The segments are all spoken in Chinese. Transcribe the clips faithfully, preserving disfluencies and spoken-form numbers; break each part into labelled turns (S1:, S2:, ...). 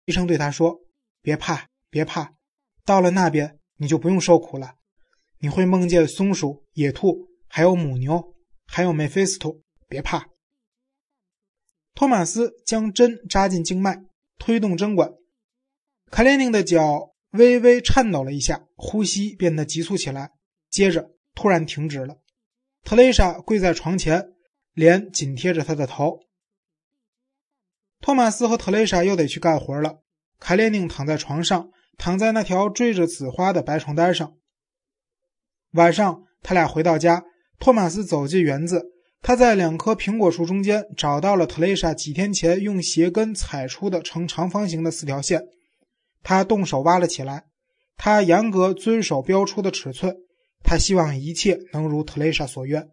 S1: 医生对他说，别怕别怕，到了那边你就不用受苦了，你会梦见松鼠、野兔，还有母牛，还有梅菲斯托，别怕。托马斯将针扎进经脉，推动针管，卡列宁的脚微微颤抖了一下，呼吸变得急促起来，接着突然停止了。特蕾莎跪在床前，脸紧贴着他的头。托马斯和特蕾莎又得去干活了。卡列宁躺在床上，躺在那条缀着紫花的白床单上。晚上他俩回到家，托马斯走进园子，他在两棵苹果树中间找到了特蕾莎几天前用鞋跟踩出的呈长方形的四条线，他动手挖了起来，他严格遵守标出的尺寸，他希望一切能如特蕾莎所愿。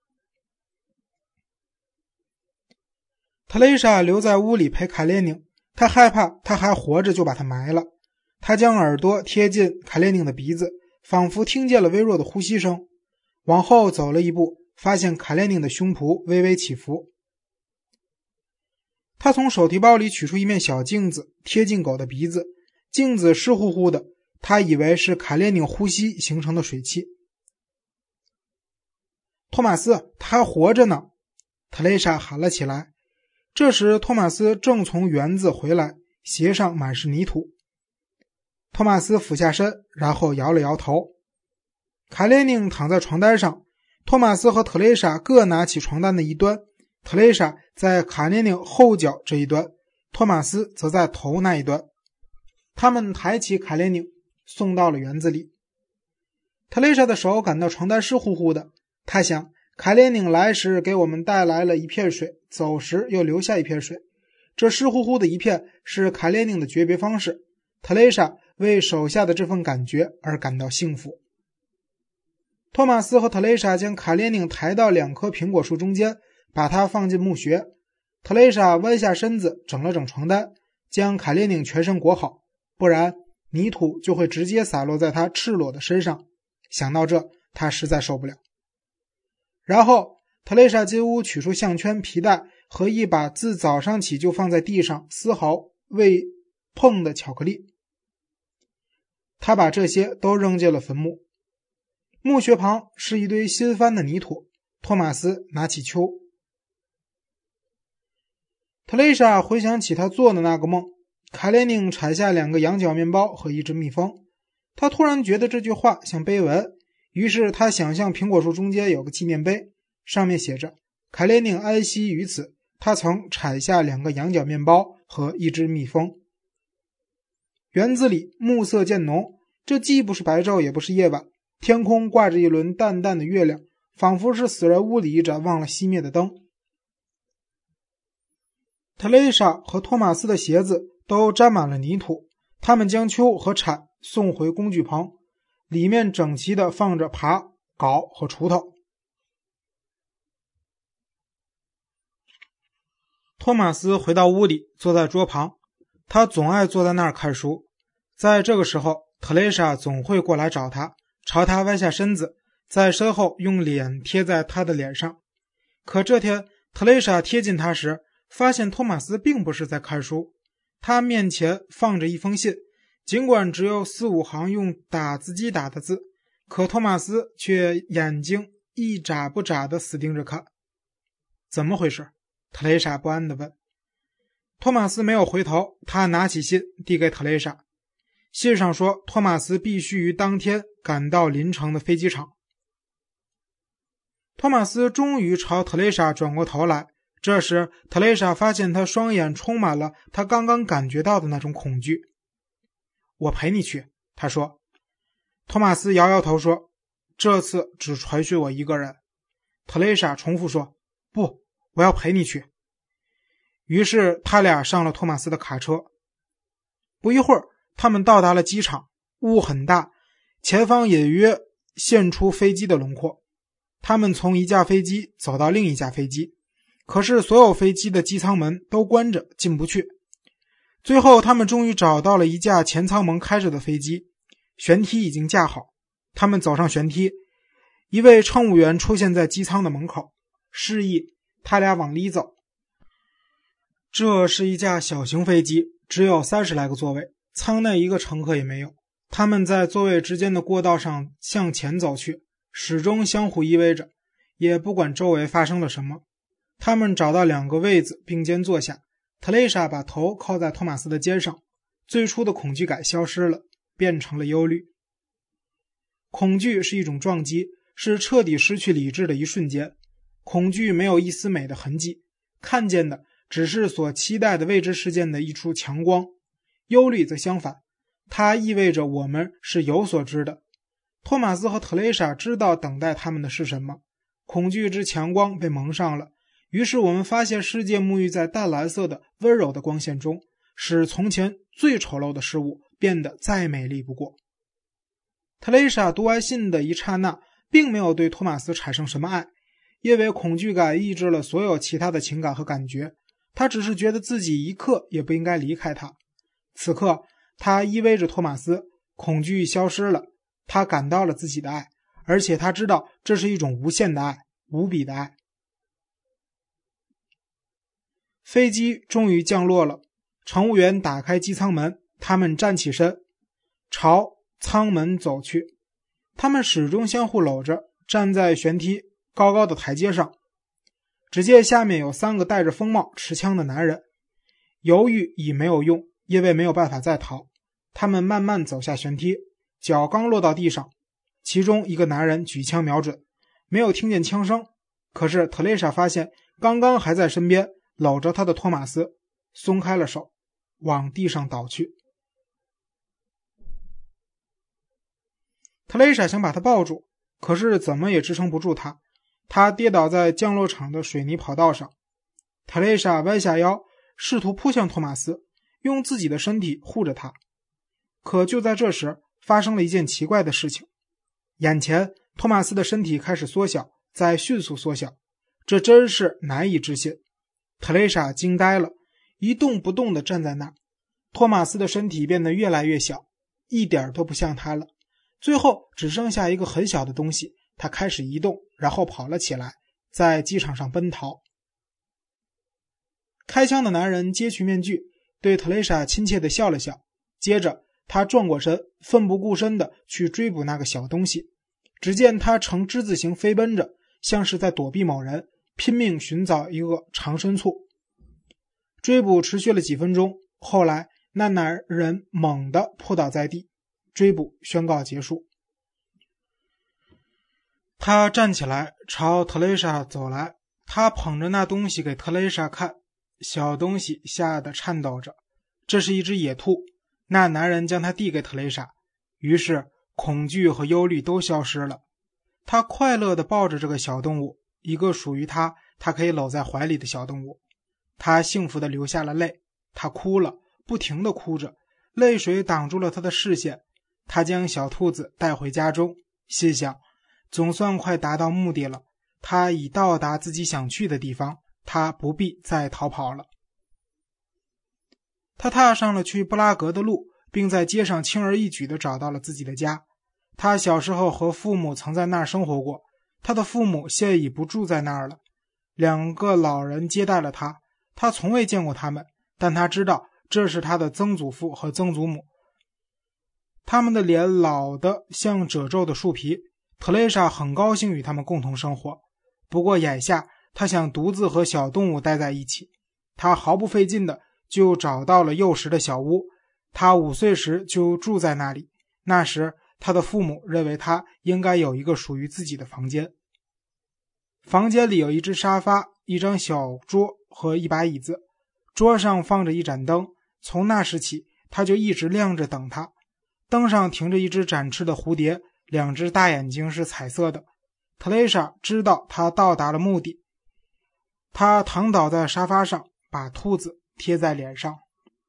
S1: 特蕾莎留在屋里陪卡列宁，他害怕他还活着就把他埋了。他将耳朵贴近卡列宁的鼻子，仿佛听见了微弱的呼吸声，往后走了一步，发现卡列宁的胸脯微微起伏。他从手提包里取出一面小镜子，贴近狗的鼻子，镜子湿乎乎的，他以为是卡列宁呼吸形成的水汽。托马斯，他还活着呢！特蕾莎喊了起来。这时托马斯正从园子回来，鞋上满是泥土。托马斯俯下身，然后摇了摇头。卡列宁躺在床单上，托马斯和特蕾莎各拿起床单的一端，特蕾莎在卡列宁后脚这一端，托马斯则在头那一端。他们抬起卡列宁，送到了园子里。特蕾莎的手感到床单湿乎乎的，她想，卡列宁来时给我们带来了一片水，走时又留下一片水，这湿乎乎的一片是卡列宁的诀别方式。特蕾莎为手下的这份感觉而感到幸福。托马斯和特蕾莎将卡列宁抬到两棵苹果树中间，把它放进墓穴。特蕾莎弯下身子整了整床单，将卡列宁全身裹好，不然泥土就会直接洒落在他赤裸的身上。想到这，他实在受不了。然后特蕾莎进屋取出项圈、皮带和一把自早上起就放在地上丝毫未碰的巧克力，他把这些都扔进了坟墓。墓穴旁是一堆新翻的泥土，托马斯拿起锹。特蕾莎回想起他做的那个梦，卡列宁产下两个羊角面包和一只蜜蜂，他突然觉得这句话像碑文，于是他想象苹果树中间有个纪念碑，上面写着卡列宁安息于此，他曾产下两个羊角面包和一只蜜蜂。园子里暮色渐浓，这既不是白昼也不是夜晚，天空挂着一轮淡淡的月亮，仿佛是死人屋里一盏忘了熄灭的灯。特蕾莎和托马斯的鞋子都沾满了泥土，他们将锹和铲送回工具棚，里面整齐地放着耙、镐和锄头。托马斯回到屋里，坐在桌旁，他总爱坐在那儿看书。在这个时候，特蕾莎总会过来找他，朝他弯下身子，在身后用脸贴在他的脸上。可这天特蕾莎贴近他时，发现托马斯并不是在看书，他面前放着一封信，尽管只有四五行用打字机打的字，可托马斯却眼睛一眨不眨地死盯着看。怎么回事？特蕾莎不安地问。托马斯没有回头，他拿起信递给特蕾莎。信上说，托马斯必须于当天赶到邻城的飞机场。托马斯终于朝特蕾莎转过头来，这时特蕾莎发现他双眼充满了他刚刚感觉到的那种恐惧。我陪你去，他说。托马斯摇摇头说，这次只传讯我一个人。特蕾莎重复说，不，我要陪你去。于是他俩上了托马斯的卡车。不一会儿，他们到达了机场，雾很大，前方隐约现出飞机的轮廓。他们从一架飞机走到另一架飞机，可是所有飞机的机舱门都关着，进不去。最后他们终于找到了一架前舱门开着的飞机，舷梯已经架好。他们走上舷梯，一位乘务员出现在机舱的门口，示意他俩往里走。这是一架小型飞机， 只有三十来个座位，舱内一个乘客也没有。他们在座位之间的过道上向前走去，始终相互依偎着，也不管周围发生了什么。他们找到两个位子并肩坐下，特蕾莎把头靠在托马斯的肩上，最初的恐惧感消失了，变成了忧虑。恐惧是一种撞击，是彻底失去理智的一瞬间。恐惧没有一丝美的痕迹，看见的只是所期待的未知事件的一处强光。忧虑则相反，它意味着我们是有所知的。托马斯和特蕾莎知道等待他们的是什么。恐惧之强光被蒙上了，于是我们发现世界沐浴在淡蓝色的温柔的光线中，使从前最丑陋的事物变得再美丽不过。特蕾莎读完信的一刹那，并没有对托马斯产生什么爱，因为恐惧感抑制了所有其他的情感和感觉。他只是觉得自己一刻也不应该离开他。此刻他依偎着托马斯，恐惧消失了，他感到了自己的爱，而且他知道这是一种无限的爱，无比的爱。飞机终于降落了，乘务员打开机舱门，他们站起身朝舱门走去。他们始终相互搂着，站在舷梯高高的台阶上。只见下面有三个戴着风帽持枪的男人。犹豫已没有用，因为没有办法再逃。他们慢慢走下舷梯，脚刚落到地上，其中一个男人举枪瞄准，没有听见枪声。可是特蕾莎发现刚刚还在身边搂着他的托马斯松开了手，往地上倒去。特蕾莎想把他抱住，可是怎么也支撑不住他。他跌倒在降落场的水泥跑道上。特蕾莎弯下腰，试图扑向托马斯，用自己的身体护着他。可就在这时，发生了一件奇怪的事情。眼前托马斯的身体开始缩小，再迅速缩小，这真是难以置信。特蕾莎惊呆了，一动不动地站在那儿。托马斯的身体变得越来越小，一点都不像他了。最后只剩下一个很小的东西，他开始移动，然后跑了起来，在机场上奔逃。开枪的男人揭去面具，对特蕾莎亲切地笑了笑，接着他转过身，奋不顾身地去追捕那个小东西。只见他呈之字形飞奔着，像是在躲避某人，拼命寻找一个藏身处。追捕持续了几分钟，后来那男人猛地扑倒在地，追捕宣告结束。他站起来朝特蕾莎走来，他捧着那东西给特蕾莎看，小东西吓得颤抖着。这是一只野兔，那男人将它递给特蕾莎，于是恐惧和忧虑都消失了。他快乐地抱着这个小动物，一个属于他，他可以搂在怀里的小动物。他幸福地流下了泪，他哭了，不停地哭着，泪水挡住了他的视线。他将小兔子带回家中，心想总算快达到目的了，他已到达自己想去的地方，他不必再逃跑了。他踏上了去布拉格的路，并在街上轻而易举地找到了自己的家。他小时候和父母曾在那儿生活过，他的父母现已不住在那儿了。两个老人接待了他，他从未见过他们，但他知道这是他的曾祖父和曾祖母。他们的脸老得像褶皱的树皮，特蕾莎很高兴与他们共同生活。不过眼下他想独自和小动物待在一起。他毫不费劲的就找到了幼时的小屋，他五岁时就住在那里。那时他的父母认为他应该有一个属于自己的房间。房间里有一只沙发，一张小桌和一把椅子，桌上放着一盏灯。从那时起他就一直亮着等他。灯上停着一只展翅的蝴蝶，两只大眼睛是彩色的。特蕾莎知道他到达了目的，他躺倒在沙发上，把兔子贴在脸上。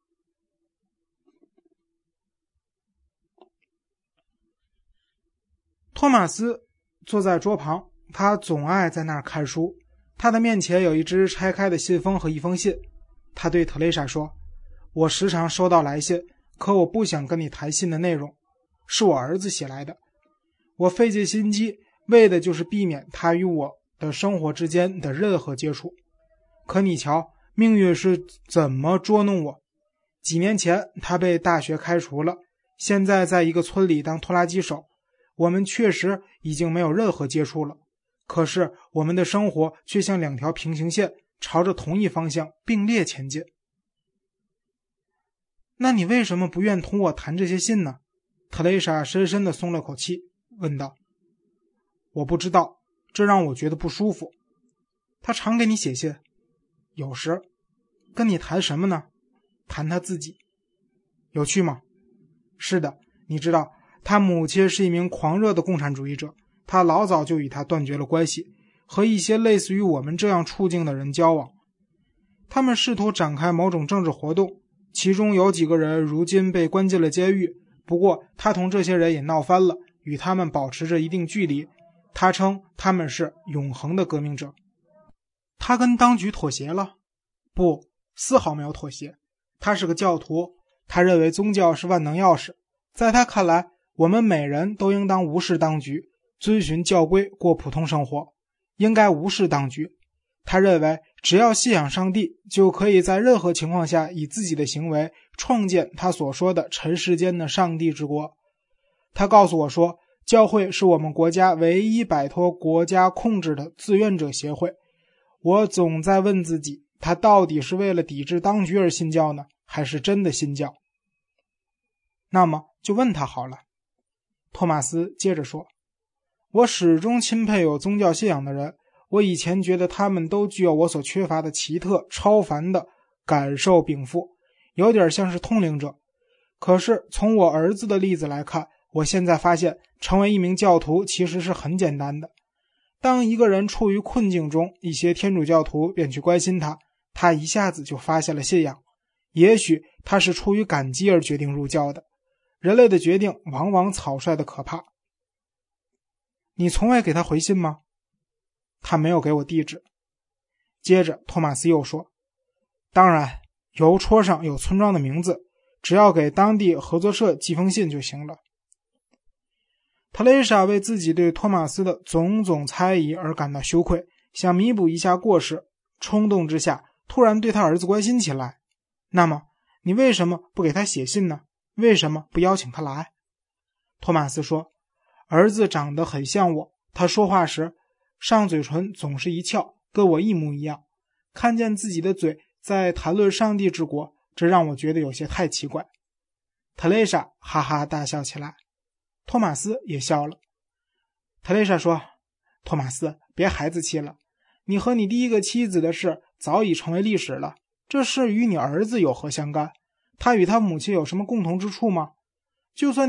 S1: 托马斯坐在桌旁，他总爱在那儿看书。他的面前有一只拆开的信封和一封信。他对特蕾莎说，我时常收到来信，可我不想跟你谈信的内容，是我儿子写来的。我费尽心机，为的就是避免他与我的生活之间的任何接触。可你瞧，命运是怎么捉弄我。 几年前他被大学开除了，现在在一个村里当拖拉机手。我们确实已经没有任何接触了，可是我们的生活却像两条平行线，朝着同一方向并列前进。那你为什么不愿同我谈这些信呢？特蕾莎深深地松了口气，问道。我不知道，这让我觉得不舒服。他常给你写信？有时。跟你谈什么呢？谈他自己。有趣吗？是的，你知道他母亲是一名狂热的共产主义者，他老早就与他断绝了关系，和一些类似于我们这样处境的人交往。他们试图展开某种政治活动，其中有几个人如今被关进了监狱，不过他同这些人也闹翻了，与他们保持着一定距离。他称他们是永恒的革命者。他跟当局妥协了？不，丝毫没有妥协。他是个教徒，他认为宗教是万能钥匙。在他看来，我们每人都应当无视当局，遵循教规过普通生活，应该无视当局。他认为只要信仰上帝，就可以在任何情况下以自己的行为创建他所说的尘世间的上帝之国。他告诉我说，教会是我们国家唯一摆脱国家控制的志愿者协会。我总在问自己，他到底是为了抵制当局而信教呢，还是真的信教？那么就问他好了。托马斯接着说，我始终钦佩有宗教信仰的人，我以前觉得他们都具有我所缺乏的奇特超凡的感受禀赋，有点像是通灵者。可是从我儿子的例子来看，我现在发现成为一名教徒其实是很简单的。当一个人处于困境中，一些天主教徒便去关心他，他一下子就发现了信仰。也许他是出于感激而决定入教的。人类的决定往往草率的可怕。你从未给他回信吗？他没有给我地址。接着托马斯又说，当然，邮戳上有村庄的名字，只要给当地合作社寄封信就行了。特蕾莎为自己对托马斯的种种猜疑而感到羞愧，想弥补一下过失，冲动之下突然对他儿子关心起来。那么你为什么不给他写信呢？为什么不邀请他来？托马斯说，儿子长得很像我，他说话时上嘴唇总是一翘，跟我一模一样。看见自己的嘴在谈论上帝之国，这让我觉得有些太奇怪。特蕾莎哈哈大笑起来，托马斯也笑了。特蕾莎说，托马斯，别孩子气了，你和你第一个妻子的事早已成为历史了，这事与你儿子有何相干？他与他母亲有什么共同之处吗？就算